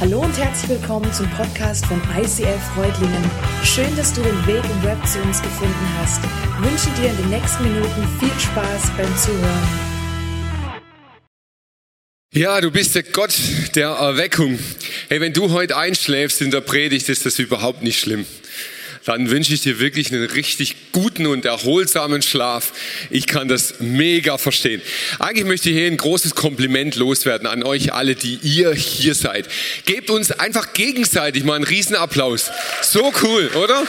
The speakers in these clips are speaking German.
Hallo und herzlich willkommen zum Podcast von ICF Reutlingen. Schön, dass du den Weg im Web zu uns gefunden hast. Ich wünsche dir in den nächsten Minuten viel Spaß beim Zuhören. Ja, du bist der Gott der Erweckung. Hey, wenn du heute einschläfst in der Predigt, ist das überhaupt nicht schlimm. Dann wünsche ich dir wirklich einen richtig guten und erholsamen Schlaf. Ich kann das mega verstehen. Eigentlich möchte ich hier ein großes Kompliment loswerden an euch alle, die ihr hier seid. Gebt uns einfach gegenseitig mal einen Riesenapplaus. So cool, oder?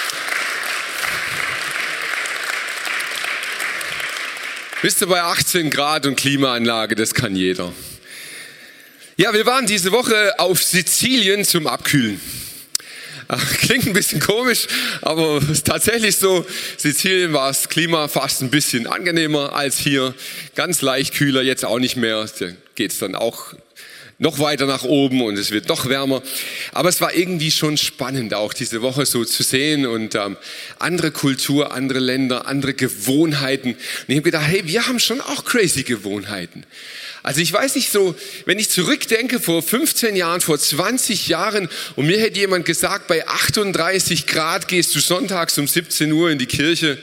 Bist du bei 18 Grad und Klimaanlage, das kann jeder. Ja, wir waren diese Woche auf Sizilien zum Abkühlen. Klingt ein bisschen komisch, aber es ist tatsächlich so. Sizilien war das Klima fast ein bisschen angenehmer als hier. Ganz leicht kühler, jetzt auch nicht mehr. Da geht es dann auch noch weiter nach oben und es wird noch wärmer. Aber es war irgendwie schon spannend, auch diese Woche so zu sehen und andere Kultur, andere Länder, andere Gewohnheiten. Und ich habe gedacht, hey, wir haben schon auch crazy Gewohnheiten. Also ich weiß nicht so, wenn ich zurückdenke, vor 15 Jahren, vor 20 Jahren und mir hätte jemand gesagt, bei 38 Grad gehst du sonntags um 17 Uhr in die Kirche.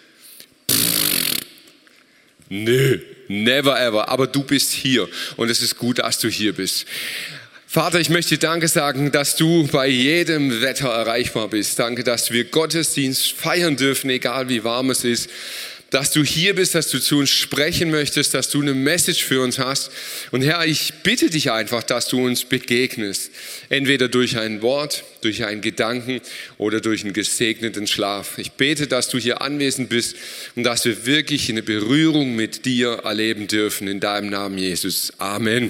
Nö, never ever, aber du bist hier und es ist gut, dass du hier bist. Vater, ich möchte dir Danke sagen, dass du bei jedem Wetter erreichbar bist. Danke, dass wir Gottesdienst feiern dürfen, egal wie warm es ist. Dass du hier bist, dass du zu uns sprechen möchtest, dass du eine Message für uns hast. Und Herr, ich bitte dich einfach, dass du uns begegnest. Entweder durch ein Wort, durch einen Gedanken oder durch einen gesegneten Schlaf. Ich bete, dass du hier anwesend bist und dass wir wirklich eine Berührung mit dir erleben dürfen. In deinem Namen, Jesus. Amen.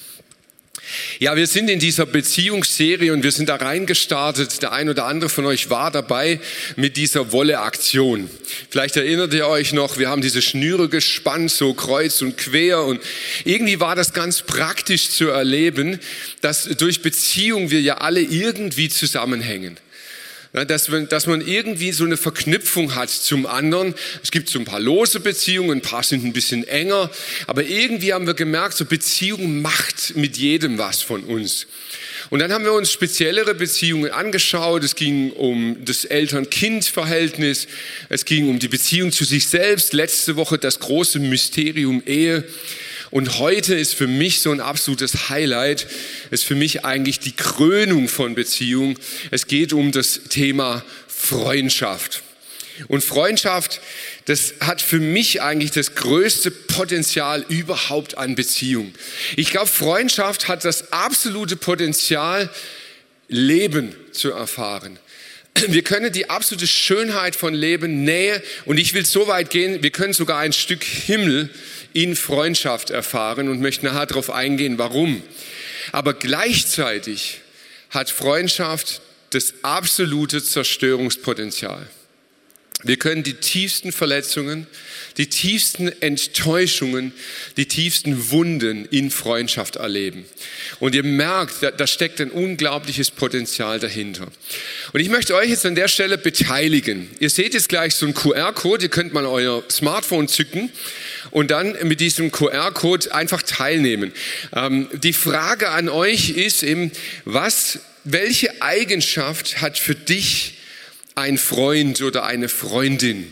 Ja, wir sind in dieser Beziehungsserie und wir sind da reingestartet. Der ein oder andere von euch war dabei mit dieser Wolle-Aktion. Vielleicht erinnert ihr euch noch, wir haben diese Schnüre gespannt, so kreuz und quer und irgendwie war das ganz praktisch zu erleben, dass durch Beziehung wir ja alle irgendwie zusammenhängen. Ja, dass man irgendwie so eine Verknüpfung hat zum anderen. Es gibt so ein paar lose Beziehungen, ein paar sind ein bisschen enger. Aber irgendwie haben wir gemerkt, so Beziehung macht mit jedem was von uns. Und dann haben wir uns speziellere Beziehungen angeschaut. Es ging um das Eltern-Kind-Verhältnis. Es ging um die Beziehung zu sich selbst. Letzte Woche das große Mysterium Ehe. Und heute ist für mich so ein absolutes Highlight, ist für mich eigentlich die Krönung von Beziehung. Es geht um das Thema Freundschaft. Und Freundschaft, das hat für mich eigentlich das größte Potenzial überhaupt an Beziehung. Ich glaube, Freundschaft hat das absolute Potenzial, Leben zu erfahren. Wir können die absolute Schönheit von Leben, Nähe und ich will so weit gehen, wir können sogar ein Stück Himmel in Freundschaft erfahren und möchte nachher darauf eingehen, warum. Aber gleichzeitig hat Freundschaft das absolute Zerstörungspotenzial. Wir können die tiefsten Verletzungen, die tiefsten Enttäuschungen, die tiefsten Wunden in Freundschaft erleben. Und ihr merkt, da steckt ein unglaubliches Potenzial dahinter. Und ich möchte euch jetzt an der Stelle beteiligen. Ihr seht jetzt gleich so einen QR-Code, ihr könnt mal euer Smartphone zücken und dann mit diesem QR-Code einfach teilnehmen. Die Frage an euch ist eben, welche Eigenschaft hat für dich ein Freund oder eine Freundin?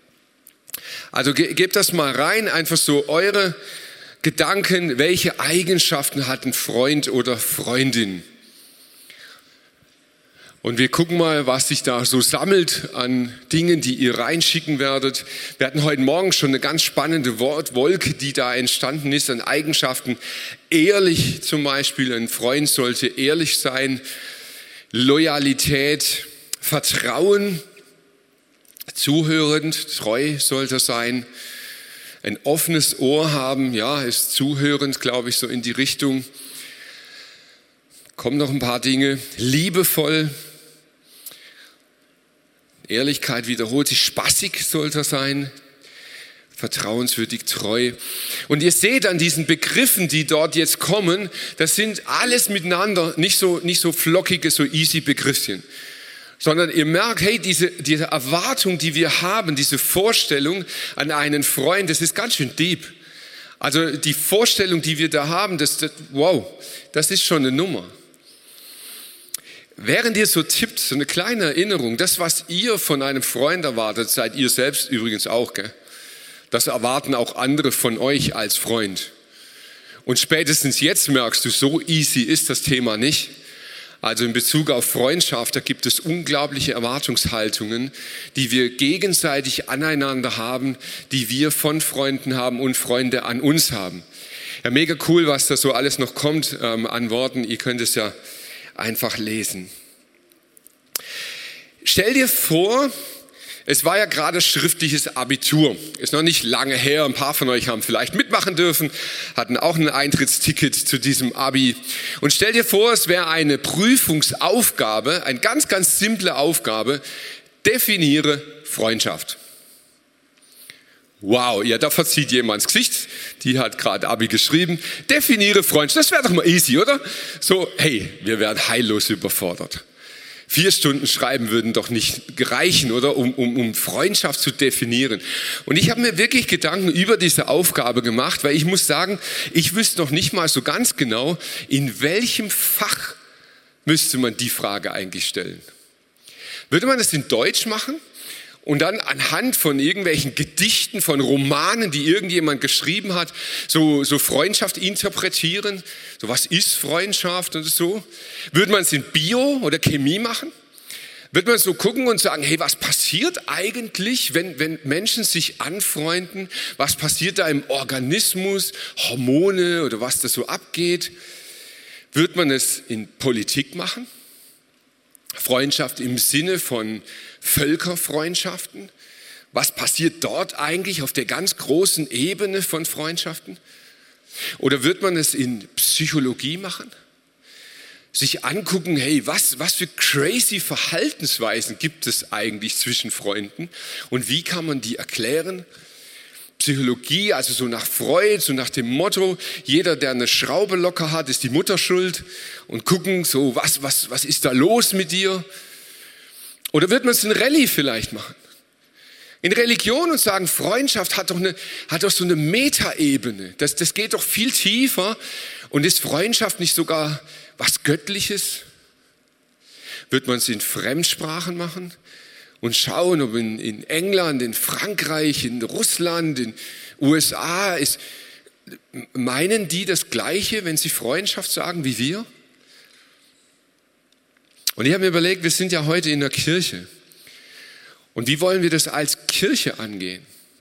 Also gebt das mal rein, einfach so eure Gedanken, welche Eigenschaften hat ein Freund oder Freundin? Und wir gucken mal, was sich da so sammelt an Dingen, die ihr reinschicken werdet. Wir hatten heute Morgen schon eine ganz spannende Wortwolke, die da entstanden ist an Eigenschaften. Ehrlich zum Beispiel, ein Freund sollte ehrlich sein, Loyalität, Vertrauen, zuhörend, treu sollte er sein, ein offenes Ohr haben, ja, ist zuhörend, glaube ich, so in die Richtung. Kommen noch ein paar Dinge, liebevoll, Ehrlichkeit wiederholt sich, spaßig sollte er sein, vertrauenswürdig, treu. Und ihr seht an diesen Begriffen, die dort jetzt kommen, das sind alles miteinander nicht so flockige, so easy Begriffchen. Sondern ihr merkt, hey, diese Erwartung, die wir haben, diese Vorstellung an einen Freund, das ist ganz schön deep. Also die Vorstellung, die wir da haben, wow, das ist schon eine Nummer. während ihr so tippt, so eine kleine Erinnerung, das, was ihr von einem Freund erwartet, seid ihr selbst übrigens auch, gell? Das erwarten auch andere von euch als Freund. Und spätestens jetzt merkst du, so easy ist das Thema nicht. Also in Bezug auf Freundschaft, da gibt es unglaubliche Erwartungshaltungen, die wir gegenseitig aneinander haben, die wir von Freunden haben und Freunde an uns haben. Ja, mega cool, was da so alles noch kommt an Worten. Ihr könnt es ja einfach lesen. Stell dir vor, es war ja gerade schriftliches Abitur. Ist noch nicht lange her. Ein paar von euch haben vielleicht mitmachen dürfen, hatten auch ein Eintrittsticket zu diesem Abi. Und stell dir vor, es wäre eine Prüfungsaufgabe, eine ganz, ganz simple Aufgabe. Definiere Freundschaft. Wow, ja, da verzieht jemand das Gesicht. Die hat gerade Abi geschrieben. Definiere Freundschaft. Das wäre doch mal easy, oder? So, hey, wir wären heillos überfordert. 4 Stunden schreiben würden doch nicht reichen, oder? Um Freundschaft zu definieren. Und ich habe mir wirklich Gedanken über diese Aufgabe gemacht, weil ich muss sagen, ich wüsste noch nicht mal so ganz genau, in welchem Fach müsste man die Frage eigentlich stellen. Würde man das in Deutsch machen? Und dann anhand von irgendwelchen Gedichten, von Romanen, die irgendjemand geschrieben hat, so Freundschaft interpretieren. So, was ist Freundschaft und so? Würde man es in Bio oder Chemie machen? Würde man so gucken und sagen, hey, was passiert eigentlich, wenn Menschen sich anfreunden? Was passiert da im Organismus? Hormone oder was da so abgeht? Würde man es in Politik machen? Freundschaft im Sinne von Völkerfreundschaften? Was passiert dort eigentlich auf der ganz großen Ebene von Freundschaften? Oder wird man es in Psychologie machen? Sich angucken, hey, was für crazy Verhaltensweisen gibt es eigentlich zwischen Freunden und wie kann man die erklären? Psychologie, also so nach Freud, so nach dem Motto, jeder, der eine Schraube locker hat, ist die Mutter schuld und gucken, so was ist da los mit dir? Oder wird man es in Rallye vielleicht machen? In Religion und sagen, Freundschaft hat doch so eine Metaebene. Das geht doch viel tiefer. Und ist Freundschaft nicht sogar was Göttliches? Wird man es in Fremdsprachen machen? Und schauen, ob in England, in Frankreich, in Russland, in USA meinen die das Gleiche, wenn sie Freundschaft sagen, wie wir? Und ich habe mir überlegt, wir sind ja heute in der Kirche. Und wie wollen wir das als Kirche angehen?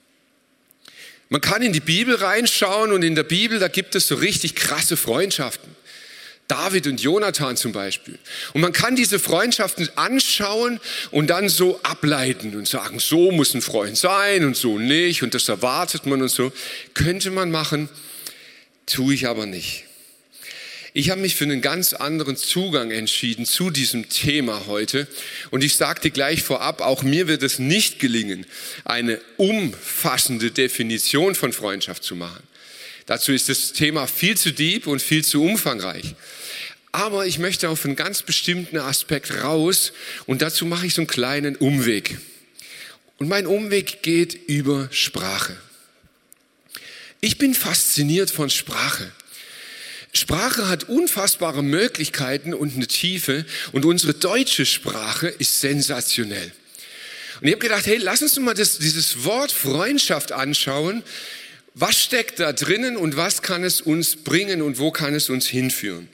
Man kann in die Bibel reinschauen und in der Bibel, da gibt es so richtig krasse Freundschaften. David und Jonathan zum Beispiel. Und man kann diese Freundschaften anschauen und dann so ableiten und sagen, so muss ein Freund sein und so nicht und das erwartet man und so. Könnte man machen, tue ich aber nicht. Ich habe mich für einen ganz anderen Zugang entschieden zu diesem Thema heute. Und ich sage dir gleich vorab, auch mir wird es nicht gelingen, eine umfassende Definition von Freundschaft zu machen. Dazu ist das Thema viel zu deep und viel zu umfangreich. Aber ich möchte auf einen ganz bestimmten Aspekt raus und dazu mache ich so einen kleinen Umweg. Und mein Umweg geht über Sprache. Ich bin fasziniert von Sprache. Sprache hat unfassbare Möglichkeiten und eine Tiefe und unsere deutsche Sprache ist sensationell. Und ich habe gedacht, hey, lass uns mal dieses Wort Freundschaft anschauen. Was steckt da drinnen und was kann es uns bringen und wo kann es uns hinführen?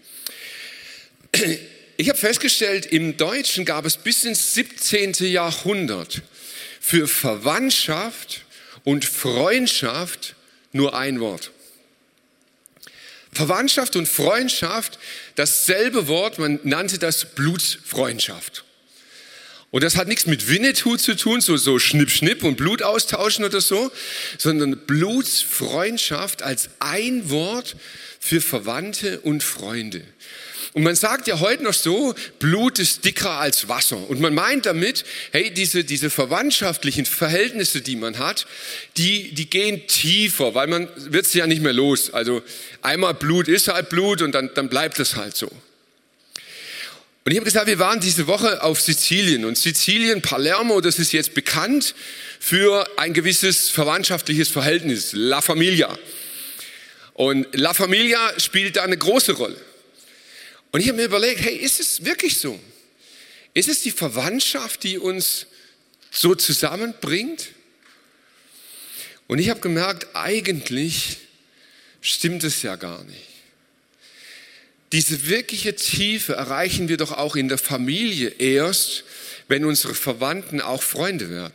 Ich habe festgestellt, im Deutschen gab es bis ins 17. Jahrhundert für Verwandtschaft und Freundschaft nur ein Wort. Verwandtschaft und Freundschaft, dasselbe Wort, man nannte das Blutsfreundschaft. Und das hat nichts mit Winnetou zu tun, so Schnipp, Schnipp und Blut austauschen oder so, sondern Blutsfreundschaft als ein Wort für Verwandte und Freunde. Und man sagt ja heute noch so, Blut ist dicker als Wasser. Und man meint damit, hey, diese verwandtschaftlichen Verhältnisse, die man hat, die gehen tiefer, weil man wird sie ja nicht mehr los. Also einmal Blut ist halt Blut und dann bleibt es halt so. Und ich habe gesagt, wir waren diese Woche auf Sizilien. Und Sizilien, Palermo, das ist jetzt bekannt für ein gewisses verwandtschaftliches Verhältnis, La Familia. Und La Familia spielt da eine große Rolle. Und ich habe mir überlegt, hey, ist es wirklich so? Ist es die Verwandtschaft, die uns so zusammenbringt? Und ich habe gemerkt, eigentlich stimmt es ja gar nicht. Diese wirkliche Tiefe erreichen wir doch auch in der Familie erst, wenn unsere Verwandten auch Freunde werden.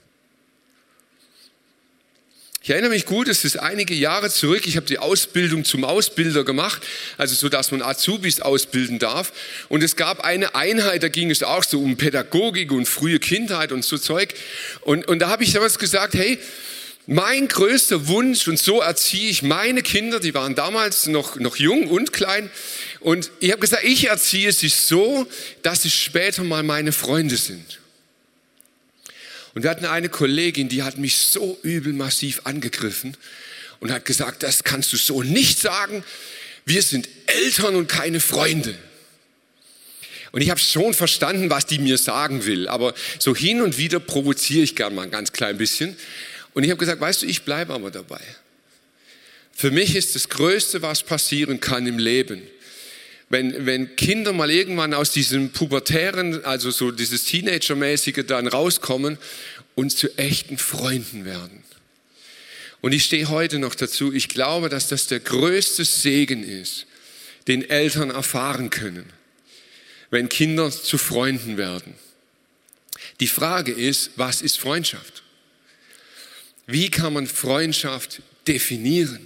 Ich erinnere mich gut, es ist einige Jahre zurück, ich habe die Ausbildung zum Ausbilder gemacht, also so, dass man Azubis ausbilden darf. Und es gab eine Einheit, da ging es auch so um Pädagogik und frühe Kindheit und so Zeug. Und da habe ich damals gesagt, hey, mein größter Wunsch, und so erziehe ich meine Kinder, die waren damals noch jung und klein, und ich habe gesagt, ich erziehe sie so, dass sie später mal meine Freunde sind. Und wir hatten eine Kollegin, die hat mich so übel massiv angegriffen und hat gesagt, das kannst du so nicht sagen, wir sind Eltern und keine Freunde. Und ich habe schon verstanden, was die mir sagen will, aber so hin und wieder provoziere ich gern mal ein ganz klein bisschen. Und ich habe gesagt, weißt du, ich bleibe aber dabei. Für mich ist das Größte, was passieren kann im Leben, wenn Kinder mal irgendwann aus diesem Pubertären, also so dieses Teenagermäßige dann rauskommen und zu echten Freunden werden. Und ich stehe heute noch dazu, ich glaube, dass das der größte Segen ist, den Eltern erfahren können, wenn Kinder zu Freunden werden. Die Frage ist, was ist Freundschaft? Wie kann man Freundschaft definieren?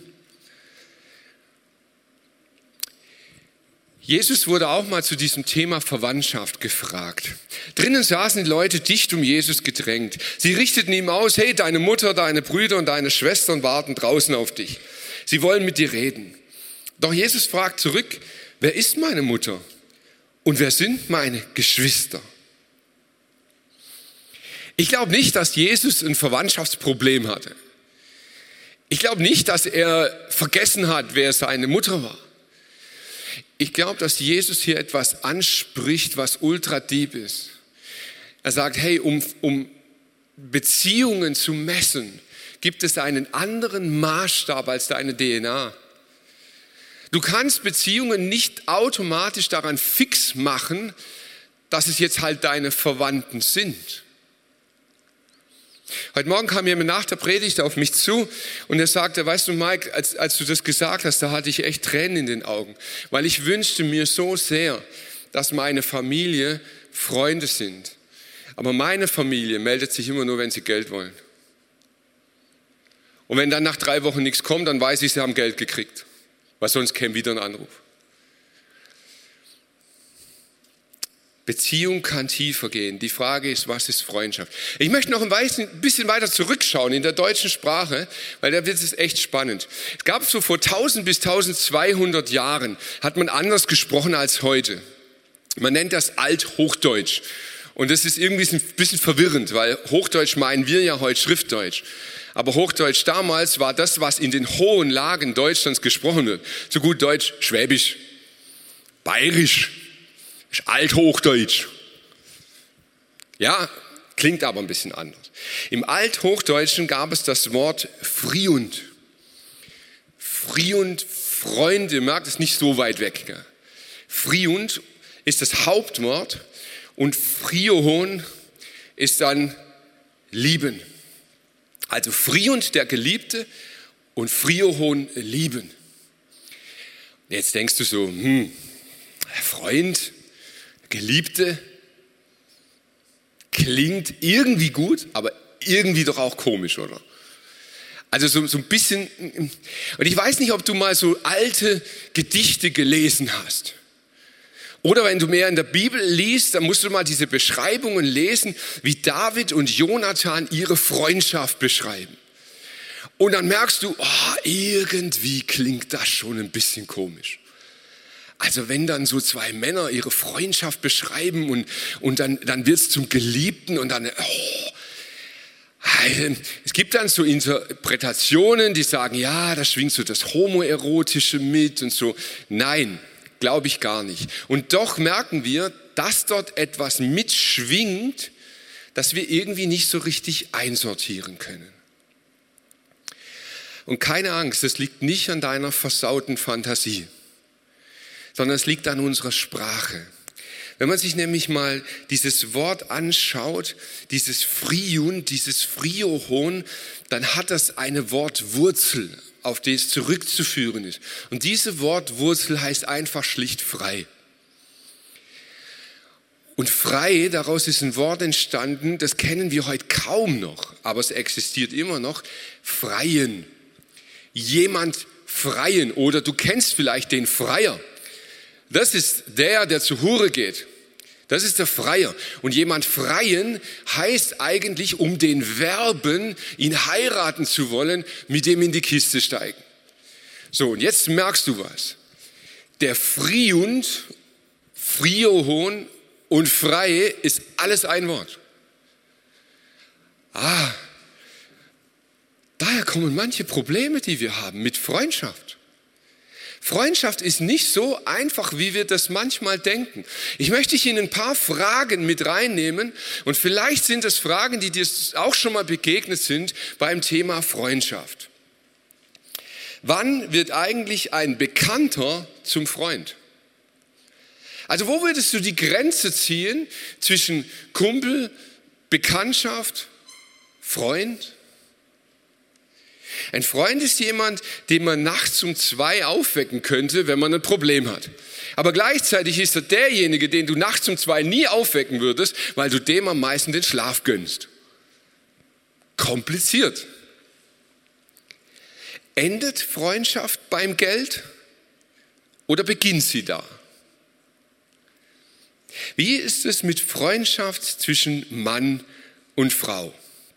Jesus wurde auch mal zu diesem Thema Verwandtschaft gefragt. Drinnen saßen die Leute dicht um Jesus gedrängt. Sie richteten ihm aus, hey, deine Mutter, deine Brüder und deine Schwestern warten draußen auf dich. Sie wollen mit dir reden. Doch Jesus fragt zurück, wer ist meine Mutter und wer sind meine Geschwister? Ich glaube nicht, dass Jesus ein Verwandtschaftsproblem hatte. Ich glaube nicht, dass er vergessen hat, wer seine Mutter war. Ich glaube, dass Jesus hier etwas anspricht, was ultra deep ist. Er sagt, hey, um Beziehungen zu messen, gibt es einen anderen Maßstab als deine DNA. Du kannst Beziehungen nicht automatisch daran fix machen, dass es jetzt halt deine Verwandten sind. Heute Morgen kam jemand nach der Predigt auf mich zu und er sagte, weißt du Mike, als du das gesagt hast, da hatte ich echt Tränen in den Augen, weil ich wünschte mir so sehr, dass meine Familie Freunde sind. Aber meine Familie meldet sich immer nur, wenn sie Geld wollen. Und wenn dann nach 3 Wochen nichts kommt, dann weiß ich, sie haben Geld gekriegt, weil sonst käme wieder ein Anruf. Beziehung kann tiefer gehen. Die Frage ist, was ist Freundschaft? Ich möchte noch ein bisschen weiter zurückschauen in der deutschen Sprache, weil da wird es echt spannend. Es gab so vor 1000 bis 1200 Jahren, hat man anders gesprochen als heute. Man nennt das Althochdeutsch. Und das ist irgendwie ein bisschen verwirrend, weil Hochdeutsch meinen wir ja heute Schriftdeutsch. Aber Hochdeutsch damals war das, was in den hohen Lagen Deutschlands gesprochen wird. So gut Deutsch, Schwäbisch, Bayerisch. Althochdeutsch. Ja, klingt aber ein bisschen anders. Im Althochdeutschen gab es das Wort Friund. Friund, Freunde, ihr merkt es nicht so weit weg. Gell? Friund ist das Hauptwort und Friohon ist dann lieben. Also Friund, der Geliebte, und Friohon, lieben. Jetzt denkst du so, Freund, Geliebte, klingt irgendwie gut, aber irgendwie doch auch komisch, oder? Also so ein bisschen, und ich weiß nicht, ob du mal so alte Gedichte gelesen hast. Oder wenn du mehr in der Bibel liest, dann musst du mal diese Beschreibungen lesen, wie David und Jonathan ihre Freundschaft beschreiben. Und dann merkst du, irgendwie klingt das schon ein bisschen komisch. Also wenn dann so 2 Männer ihre Freundschaft beschreiben und dann wird es zum Geliebten und dann, es gibt dann so Interpretationen, die sagen, ja, da schwingt so das Homoerotische mit und so. Nein, glaube ich gar nicht. Und doch merken wir, dass dort etwas mitschwingt, das wir irgendwie nicht so richtig einsortieren können. Und keine Angst, es liegt nicht an deiner versauten Fantasie, sondern es liegt an unserer Sprache. Wenn man sich nämlich mal dieses Wort anschaut, dieses Friun, dieses Friohon, dann hat das eine Wortwurzel, auf die es zurückzuführen ist. Und diese Wortwurzel heißt einfach schlicht frei. Und frei, daraus ist ein Wort entstanden, das kennen wir heute kaum noch, aber es existiert immer noch, freien. Jemand freien, oder du kennst vielleicht den Freier. Das ist der zur Hure geht. Das ist der Freier. Und jemand freien heißt eigentlich, um den Werben, ihn heiraten zu wollen, mit dem in die Kiste steigen. So, und jetzt merkst du was. Der Friund, Friohon und Freie ist alles ein Wort. Daher kommen manche Probleme, die wir haben mit Freundschaft. Freundschaft ist nicht so einfach, wie wir das manchmal denken. Ich möchte Ihnen ein paar Fragen mit reinnehmen und vielleicht sind das Fragen, die dir auch schon mal begegnet sind beim Thema Freundschaft. Wann wird eigentlich ein Bekannter zum Freund? Also wo würdest du die Grenze ziehen zwischen Kumpel, Bekanntschaft, Freund? Ein Freund ist jemand, den man nachts um 2 aufwecken könnte, wenn man ein Problem hat. Aber gleichzeitig ist er derjenige, den du nachts um 2 nie aufwecken würdest, weil du dem am meisten den Schlaf gönnst. Kompliziert. Endet Freundschaft beim Geld oder beginnt sie da? Wie ist es mit Freundschaft zwischen Mann und Frau?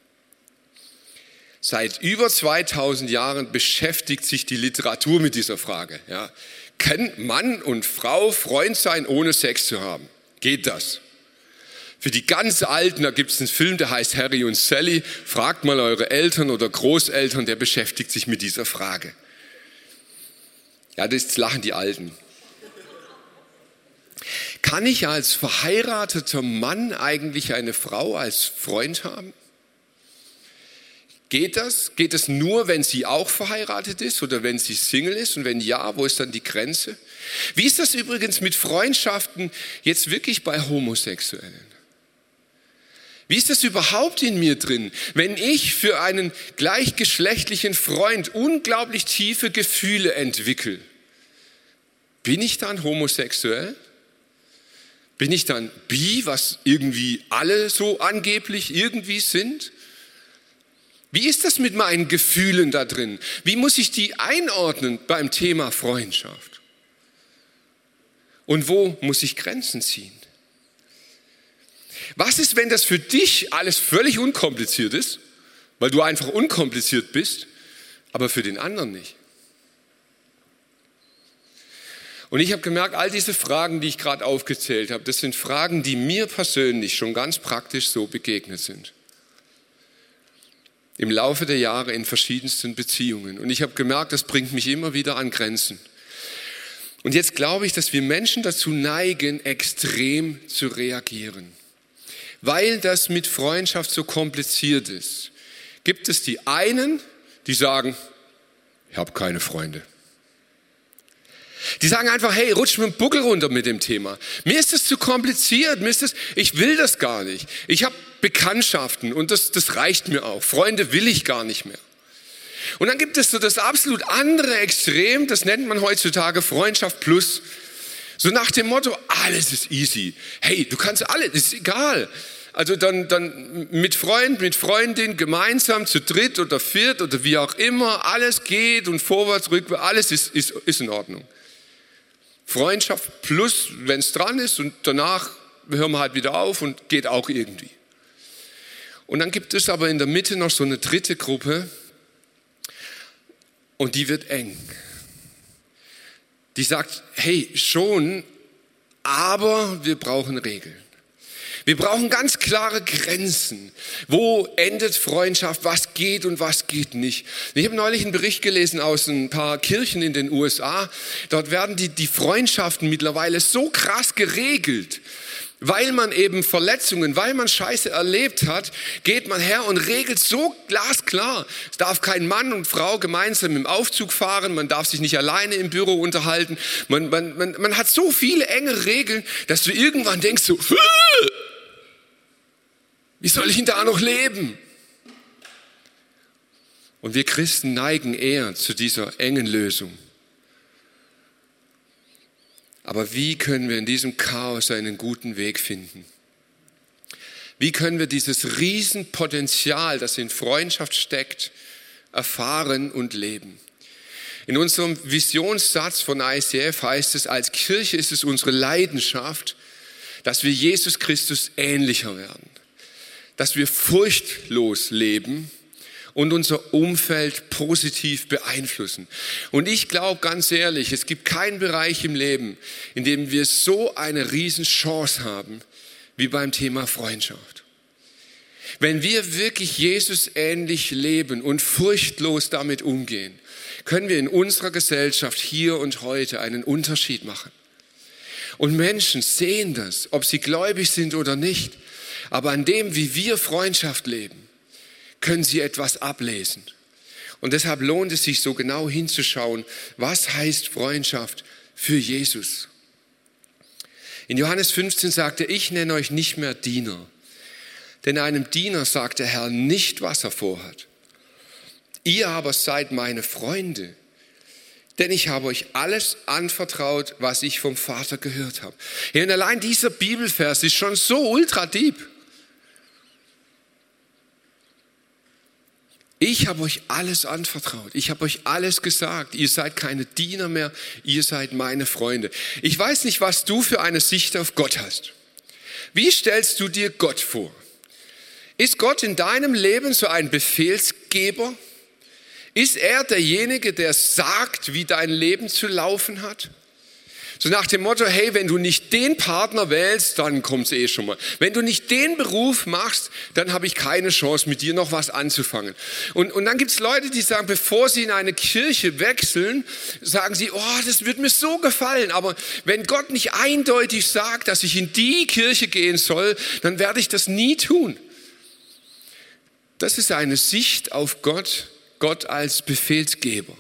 Seit über 2000 Jahren beschäftigt sich die Literatur mit dieser Frage. Ja. Kann Mann und Frau Freund sein, ohne Sex zu haben? Geht das? Für die ganz Alten, da gibt es einen Film, der heißt Harry und Sally. Fragt mal eure Eltern oder Großeltern, der beschäftigt sich mit dieser Frage. Ja, das lachen die Alten. Kann ich als verheirateter Mann eigentlich eine Frau als Freund haben? Geht das? Geht es nur, wenn sie auch verheiratet ist oder wenn sie Single ist? Und wenn ja, wo ist dann die Grenze? Wie ist das übrigens mit Freundschaften jetzt wirklich bei Homosexuellen? Wie ist das überhaupt in mir drin, wenn ich für einen gleichgeschlechtlichen Freund unglaublich tiefe Gefühle entwickle? Bin ich dann homosexuell? Bin ich dann bi, was irgendwie alle so angeblich irgendwie sind? Wie ist das mit meinen Gefühlen da drin? Wie muss ich die einordnen beim Thema Freundschaft? Und wo muss ich Grenzen ziehen? Was ist, wenn das für dich alles völlig unkompliziert ist, weil du einfach unkompliziert bist, aber für den anderen nicht? Und ich habe gemerkt, all diese Fragen, die ich gerade aufgezählt habe, das sind Fragen, die mir persönlich schon ganz praktisch so begegnet sind. Im Laufe der Jahre in verschiedensten Beziehungen. Und ich habe gemerkt, das bringt mich immer wieder an Grenzen. Und jetzt glaube ich, dass wir Menschen dazu neigen, extrem zu reagieren. Weil das mit Freundschaft so kompliziert ist, gibt es die einen, die sagen, ich habe keine Freunde. Die sagen einfach, hey, rutsch mit dem Buckel runter mit dem Thema. Mir ist das zu kompliziert, ich will das gar nicht. Ich habe Bekanntschaften und das reicht mir auch. Freunde will ich gar nicht mehr. Und dann gibt es so das absolut andere Extrem, das nennt man heutzutage Freundschaft plus. So nach dem Motto, alles ist easy. Hey, du kannst alles, ist egal. Also dann mit Freund, mit Freundin gemeinsam zu dritt oder viert oder wie auch immer, alles geht und vorwärts, rückwärts, alles ist in Ordnung. Freundschaft plus, wenn es dran ist und danach hören wir halt wieder auf und geht auch irgendwie. Und dann gibt es aber in der Mitte noch so eine dritte Gruppe und die wird eng. Die sagt, hey, schon, aber wir brauchen Regeln. Wir brauchen ganz klare Grenzen. Wo endet Freundschaft? Was geht und was geht nicht? Ich habe neulich einen Bericht gelesen aus ein paar Kirchen in den USA. Dort werden die Freundschaften mittlerweile so krass geregelt, Weil man eben Verletzungen, weil man Scheiße erlebt hat, geht man her und regelt so glasklar. Es darf kein Mann und Frau gemeinsam im Aufzug fahren, man darf sich nicht alleine im Büro unterhalten. Man hat so viele enge Regeln, dass du irgendwann denkst so, wie soll ich denn da noch leben? Und wir Christen neigen eher zu dieser engen Lösung. Aber wie können wir in diesem Chaos einen guten Weg finden? Wie können wir dieses Riesenpotenzial, das in Freundschaft steckt, erfahren und leben? In unserem Visionssatz von ICF heißt es, als Kirche ist es unsere Leidenschaft, dass wir Jesus Christus ähnlicher werden, dass wir furchtlos leben und unser Umfeld positiv beeinflussen. Und ich glaube ganz ehrlich, es gibt keinen Bereich im Leben, in dem wir so eine Riesenchance haben, wie beim Thema Freundschaft. Wenn wir wirklich Jesus ähnlich leben und furchtlos damit umgehen, können wir in unserer Gesellschaft hier und heute einen Unterschied machen. Und Menschen sehen das, ob sie gläubig sind oder nicht. Aber an dem, wie wir Freundschaft leben, können sie etwas ablesen. Und deshalb lohnt es sich so genau hinzuschauen, was heißt Freundschaft für Jesus. In Johannes 15 sagte er, ich nenne euch nicht mehr Diener, denn einem Diener sagt der Herr nicht, was er vorhat. Ihr aber seid meine Freunde, denn ich habe euch alles anvertraut, was ich vom Vater gehört habe. Ja, und allein dieser Bibelvers ist schon so ultra deep. Ich habe euch alles anvertraut. Ich habe euch alles gesagt. Ihr seid keine Diener mehr. Ihr seid meine Freunde. Ich weiß nicht, was du für eine Sicht auf Gott hast. Wie stellst du dir Gott vor? Ist Gott in deinem Leben so ein Befehlsgeber? Ist er derjenige, der sagt, wie dein Leben zu laufen hat? So nach dem Motto, hey, wenn du nicht den Partner wählst, dann kommt's schon mal. Wenn du nicht den Beruf machst, dann habe ich keine Chance, mit dir noch was anzufangen. Und dann gibt's Leute, die sagen, bevor sie in eine Kirche wechseln, sagen sie, oh, das wird mir so gefallen. Aber wenn Gott nicht eindeutig sagt, dass ich in die Kirche gehen soll, dann werde ich das nie tun. Das ist eine Sicht auf Gott als Befehlsgeber.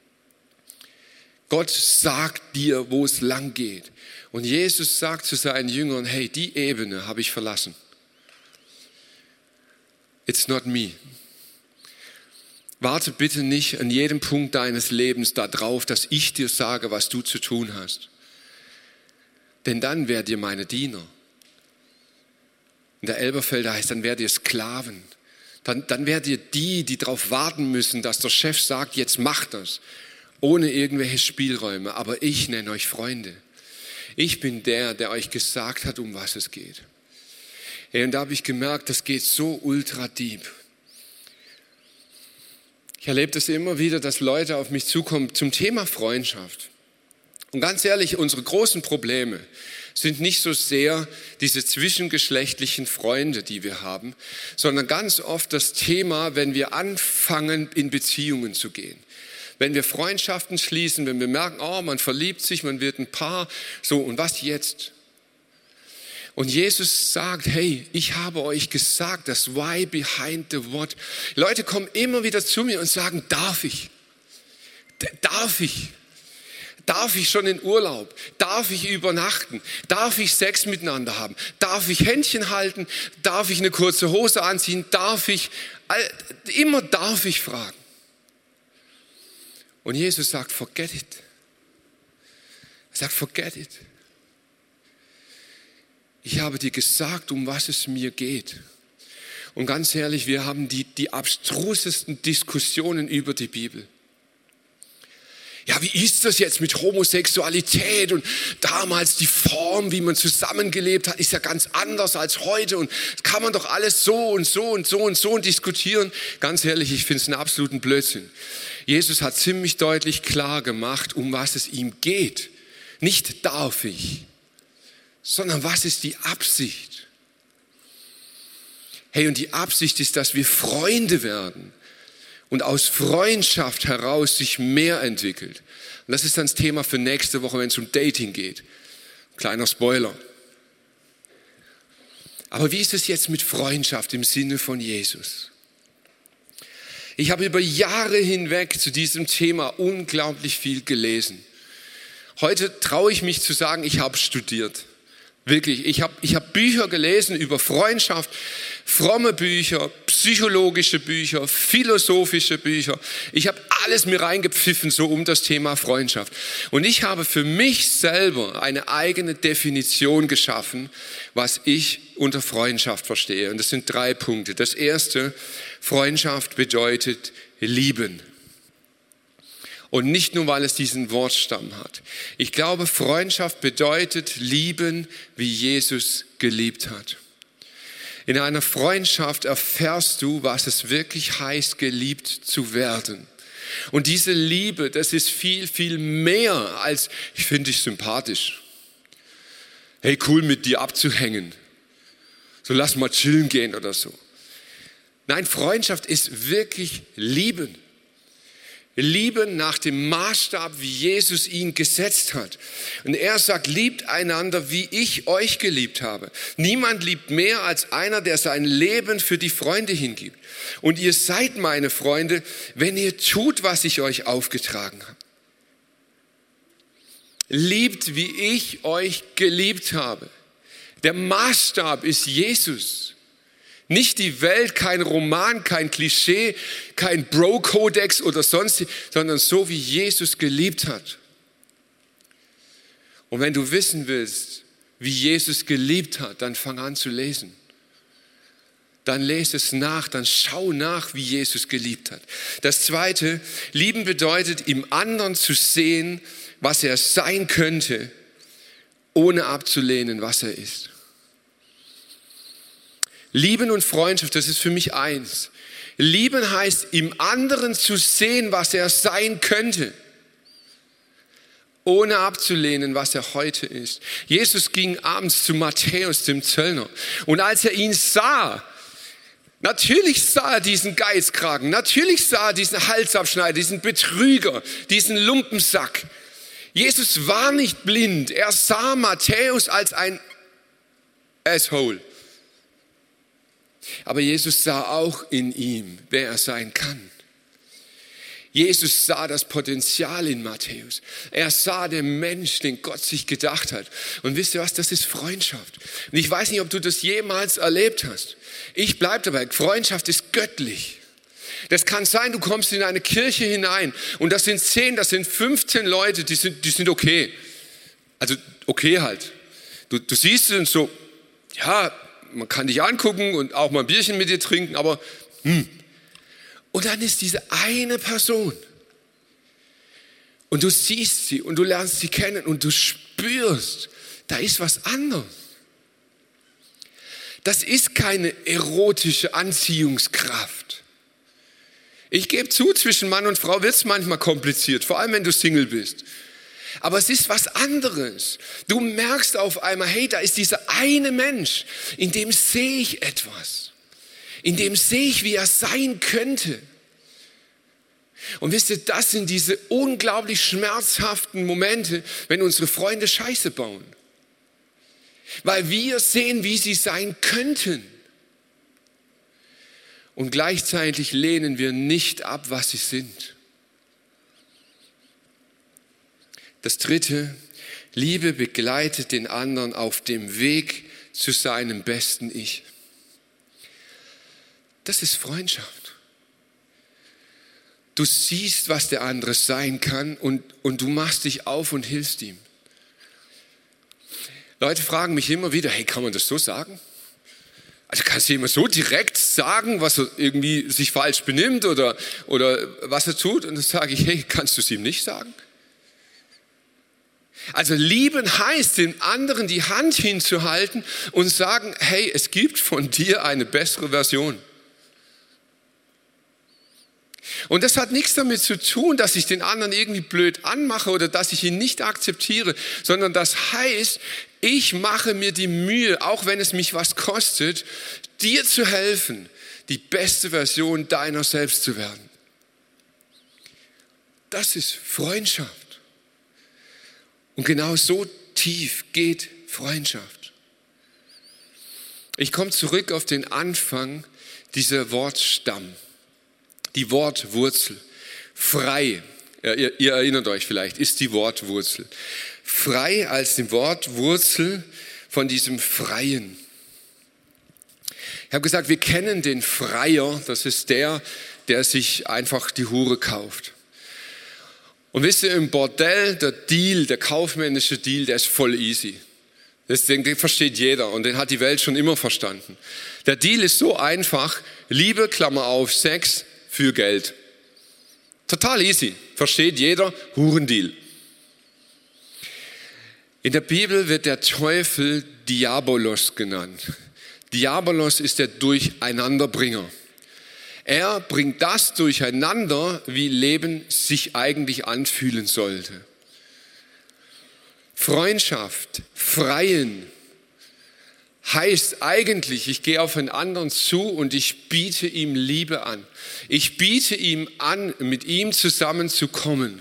Gott sagt dir, wo es lang geht. Und Jesus sagt zu seinen Jüngern, hey, die Ebene habe ich verlassen. It's not me. Warte bitte nicht an jedem Punkt deines Lebens darauf, dass ich dir sage, was du zu tun hast. Denn dann werdet ihr meine Diener. In der Elberfelder heißt, dann werdet ihr Sklaven. Dann werdet ihr die darauf warten müssen, dass der Chef sagt, jetzt macht das. Ohne irgendwelche Spielräume, aber ich nenne euch Freunde. Ich bin der euch gesagt hat, um was es geht. Und da habe ich gemerkt, das geht so ultra deep. Ich erlebe das immer wieder, dass Leute auf mich zukommen zum Thema Freundschaft. Und ganz ehrlich, unsere großen Probleme sind nicht so sehr diese zwischengeschlechtlichen Freunde, die wir haben, sondern ganz oft das Thema, wenn wir anfangen, in Beziehungen zu gehen. Wenn wir Freundschaften schließen, wenn wir merken, oh, man verliebt sich, man wird ein Paar, so, und was jetzt? Und Jesus sagt, hey, ich habe euch gesagt, das Why behind the what. Leute kommen immer wieder zu mir und sagen, darf ich? Darf ich? Darf ich schon in Urlaub? Darf ich übernachten? Darf ich Sex miteinander haben? Darf ich Händchen halten? Darf ich eine kurze Hose anziehen? Immer darf ich fragen. Und Jesus sagt, forget it. Er sagt, forget it. Ich habe dir gesagt, um was es mir geht. Und ganz ehrlich, wir haben die abstrusesten Diskussionen über die Bibel. Ja, wie ist das jetzt mit Homosexualität? Und damals die Form, wie man zusammengelebt hat, ist ja ganz anders als heute. Und das kann man doch alles so und so und so und so und diskutieren. Ganz ehrlich, ich finde es einen absoluten Blödsinn. Jesus hat ziemlich deutlich klar gemacht, um was es ihm geht. Nicht darf ich, sondern was ist die Absicht? Hey, und die Absicht ist, dass wir Freunde werden. Und aus Freundschaft heraus sich mehr entwickelt. Und das ist dann das Thema für nächste Woche, wenn es um Dating geht. Kleiner Spoiler. Aber wie ist es jetzt mit Freundschaft im Sinne von Jesus? Ich habe über Jahre hinweg zu diesem Thema unglaublich viel gelesen. Heute traue ich mich zu sagen, ich habe studiert. Wirklich, ich hab Bücher gelesen über Freundschaft, fromme Bücher, psychologische Bücher, philosophische Bücher. Ich habe alles mir reingepfiffen, so um das Thema Freundschaft. Und ich habe für mich selber eine eigene Definition geschaffen, was ich unter Freundschaft verstehe. Und das sind 3 Punkte. Das erste, Freundschaft bedeutet lieben. Und nicht nur, weil es diesen Wortstamm hat. Ich glaube, Freundschaft bedeutet lieben, wie Jesus geliebt hat. In einer Freundschaft erfährst du, was es wirklich heißt, geliebt zu werden. Und diese Liebe, das ist viel, viel mehr als, ich finde dich sympathisch. Hey, cool mit dir abzuhängen. So lass mal chillen gehen oder so. Nein, Freundschaft ist wirklich lieben. Lieben nach dem Maßstab, wie Jesus ihn gesetzt hat. Und er sagt, liebt einander, wie ich euch geliebt habe. Niemand liebt mehr als einer, der sein Leben für die Freunde hingibt. Und ihr seid meine Freunde, wenn ihr tut, was ich euch aufgetragen habe. Liebt, wie ich euch geliebt habe. Der Maßstab ist Jesus. Nicht die Welt, kein Roman, kein Klischee, kein Bro-Kodex oder sonst, sondern so, wie Jesus geliebt hat. Und wenn du wissen willst, wie Jesus geliebt hat, dann fang an zu lesen. Dann lese es nach, dann schau nach, wie Jesus geliebt hat. Das zweite, lieben bedeutet, im anderen zu sehen, was er sein könnte, ohne abzulehnen, was er ist. Lieben und Freundschaft, das ist für mich eins. Lieben heißt, im anderen zu sehen, was er sein könnte, ohne abzulehnen, was er heute ist. Jesus ging abends zu Matthäus, dem Zöllner, und als er ihn sah, natürlich sah er diesen Geizkragen, natürlich sah er diesen Halsabschneider, diesen Betrüger, diesen Lumpensack. Jesus war nicht blind, er sah Matthäus als ein Asshole. Aber Jesus sah auch in ihm, wer er sein kann. Jesus sah das Potenzial in Matthäus. Er sah den Mensch, den Gott sich gedacht hat. Und wisst ihr was, das ist Freundschaft. Und ich weiß nicht, ob du das jemals erlebt hast. Ich bleibe dabei, Freundschaft ist göttlich. Das kann sein, du kommst in eine Kirche hinein und das sind 10, das sind 15 Leute, die sind okay. Also okay halt. Du siehst es so, ja, man kann dich angucken und auch mal ein Bierchen mit dir trinken, aber Und dann ist diese eine Person und du siehst sie und du lernst sie kennen und du spürst, da ist was anderes. Das ist keine erotische Anziehungskraft. Ich gebe zu, zwischen Mann und Frau wird es manchmal kompliziert, vor allem wenn du Single bist. Aber es ist was anderes. Du merkst auf einmal, hey, da ist dieser eine Mensch, in dem sehe ich etwas. In dem sehe ich, wie er sein könnte. Und wisst ihr, das sind diese unglaublich schmerzhaften Momente, wenn unsere Freunde Scheiße bauen. Weil wir sehen, wie sie sein könnten. Und gleichzeitig lehnen wir nicht ab, was sie sind. Das dritte, Liebe begleitet den anderen auf dem Weg zu seinem besten Ich. Das ist Freundschaft. Du siehst, was der andere sein kann und du machst dich auf und hilfst ihm. Leute fragen mich immer wieder, hey, kann man das so sagen? Also kannst du jemand so direkt sagen, was er irgendwie sich falsch benimmt oder was er tut? Und dann sage ich, hey, kannst du es ihm nicht sagen? Also lieben heißt, den anderen die Hand hinzuhalten und sagen, hey, es gibt von dir eine bessere Version. Und das hat nichts damit zu tun, dass ich den anderen irgendwie blöd anmache oder dass ich ihn nicht akzeptiere, sondern das heißt, ich mache mir die Mühe, auch wenn es mich was kostet, dir zu helfen, die beste Version deiner selbst zu werden. Das ist Freundschaft. Und genau so tief geht Freundschaft. Ich komme zurück auf den Anfang dieser Wortstamm, die Wortwurzel. Frei, ihr erinnert euch vielleicht, ist die Wortwurzel. Frei als die Wortwurzel von diesem Freien. Ich habe gesagt, wir kennen den Freier, das ist der sich einfach die Hure kauft. Und wisst ihr, im Bordell, der Deal, der kaufmännische Deal, der ist voll easy. Den versteht jeder und den hat die Welt schon immer verstanden. Der Deal ist so einfach, Liebe, Klammer auf, Sex für Geld. Total easy, versteht jeder, Hurendeal. In der Bibel wird der Teufel Diabolos genannt. Diabolos ist der Durcheinanderbringer. Er bringt das durcheinander, wie Leben sich eigentlich anfühlen sollte. Freundschaft, Freien heißt eigentlich, ich gehe auf einen anderen zu und ich biete ihm Liebe an. Ich biete ihm an, mit ihm zusammenzukommen.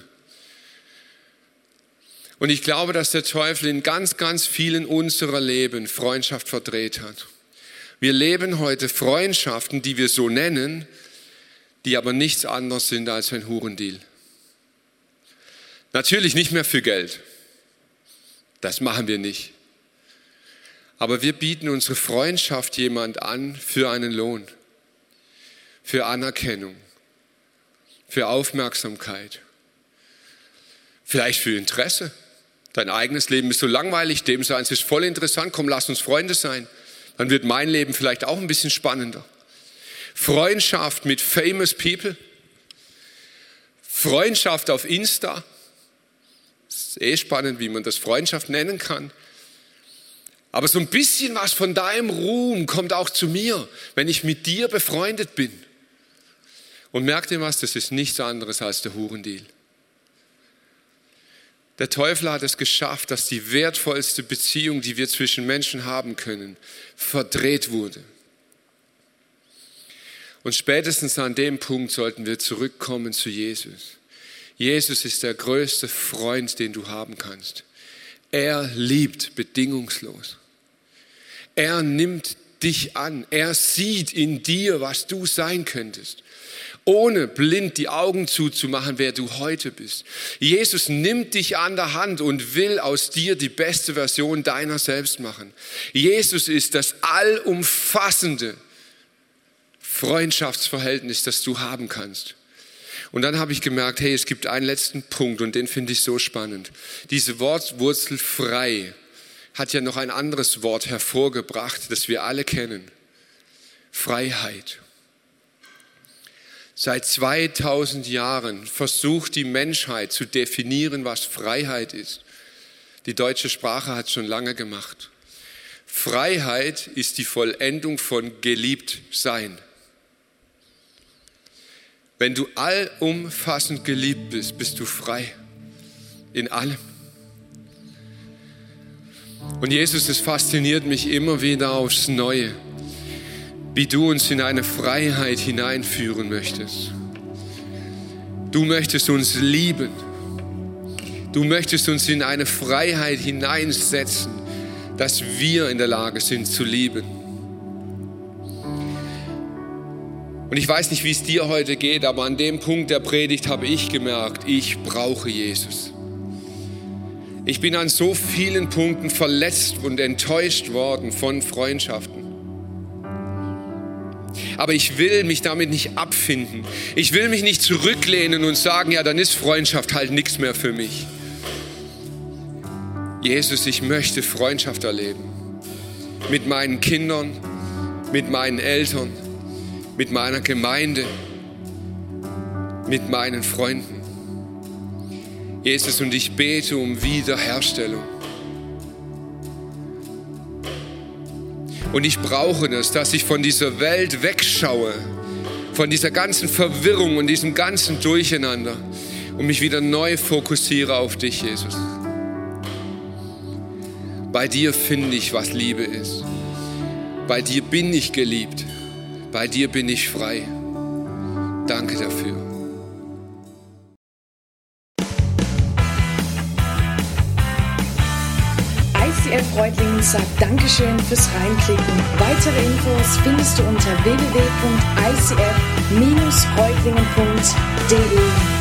Und ich glaube, dass der Teufel in ganz, ganz vielen unserer Leben Freundschaft verdreht hat. Wir leben heute Freundschaften, die wir so nennen, die aber nichts anderes sind als ein Hurendeal. Natürlich nicht mehr für Geld. Das machen wir nicht. Aber wir bieten unsere Freundschaft jemand an für einen Lohn, für Anerkennung, für Aufmerksamkeit, vielleicht für Interesse. Dein eigenes Leben ist so langweilig, dem seins ist voll interessant, komm, lass uns Freunde sein. Dann wird mein Leben vielleicht auch ein bisschen spannender. Freundschaft mit famous people. Freundschaft auf Insta. Das ist spannend, wie man das Freundschaft nennen kann. Aber so ein bisschen was von deinem Ruhm kommt auch zu mir, wenn ich mit dir befreundet bin. Und merkt ihr was, das ist nichts anderes als der Hurendeal. Der Teufel hat es geschafft, dass die wertvollste Beziehung, die wir zwischen Menschen haben können, verdreht wurde. Und spätestens an dem Punkt sollten wir zurückkommen zu Jesus. Jesus ist der größte Freund, den du haben kannst. Er liebt bedingungslos. Er nimmt dich an. Er sieht in dir, was du sein könntest. Ohne blind die Augen zuzumachen, wer du heute bist. Jesus nimmt dich an der Hand und will aus dir die beste Version deiner selbst machen. Jesus ist das allumfassende Freundschaftsverhältnis, das du haben kannst. Und dann habe ich gemerkt, hey, es gibt einen letzten Punkt und den finde ich so spannend. Diese Wortwurzel frei hat ja noch ein anderes Wort hervorgebracht, das wir alle kennen. Freiheit. Seit 2000 Jahren versucht die Menschheit zu definieren, was Freiheit ist. Die deutsche Sprache hat es schon lange gemacht. Freiheit ist die Vollendung von geliebt sein. Wenn du allumfassend geliebt bist, bist du frei. In allem. Und Jesus, es fasziniert mich immer wieder aufs Neue, wie du uns in eine Freiheit hineinführen möchtest. Du möchtest uns lieben. Du möchtest uns in eine Freiheit hineinsetzen, dass wir in der Lage sind zu lieben. Und ich weiß nicht, wie es dir heute geht, aber an dem Punkt der Predigt habe ich gemerkt, ich brauche Jesus. Ich bin an so vielen Punkten verletzt und enttäuscht worden von Freundschaften. Aber ich will mich damit nicht abfinden. Ich will mich nicht zurücklehnen und sagen, ja, dann ist Freundschaft halt nichts mehr für mich. Jesus, ich möchte Freundschaft erleben. Mit meinen Kindern, mit meinen Eltern, mit meiner Gemeinde, mit meinen Freunden. Jesus, und ich bete um Wiederherstellung. Und ich brauche das, dass ich von dieser Welt wegschaue, von dieser ganzen Verwirrung und diesem ganzen Durcheinander und mich wieder neu fokussiere auf dich, Jesus. Bei dir finde ich, was Liebe ist. Bei dir bin ich geliebt. Bei dir bin ich frei. Danke dafür. ICF Reutlingen sagt Dankeschön fürs Reinklicken. Weitere Infos findest du unter www.icf-reutlingen.de.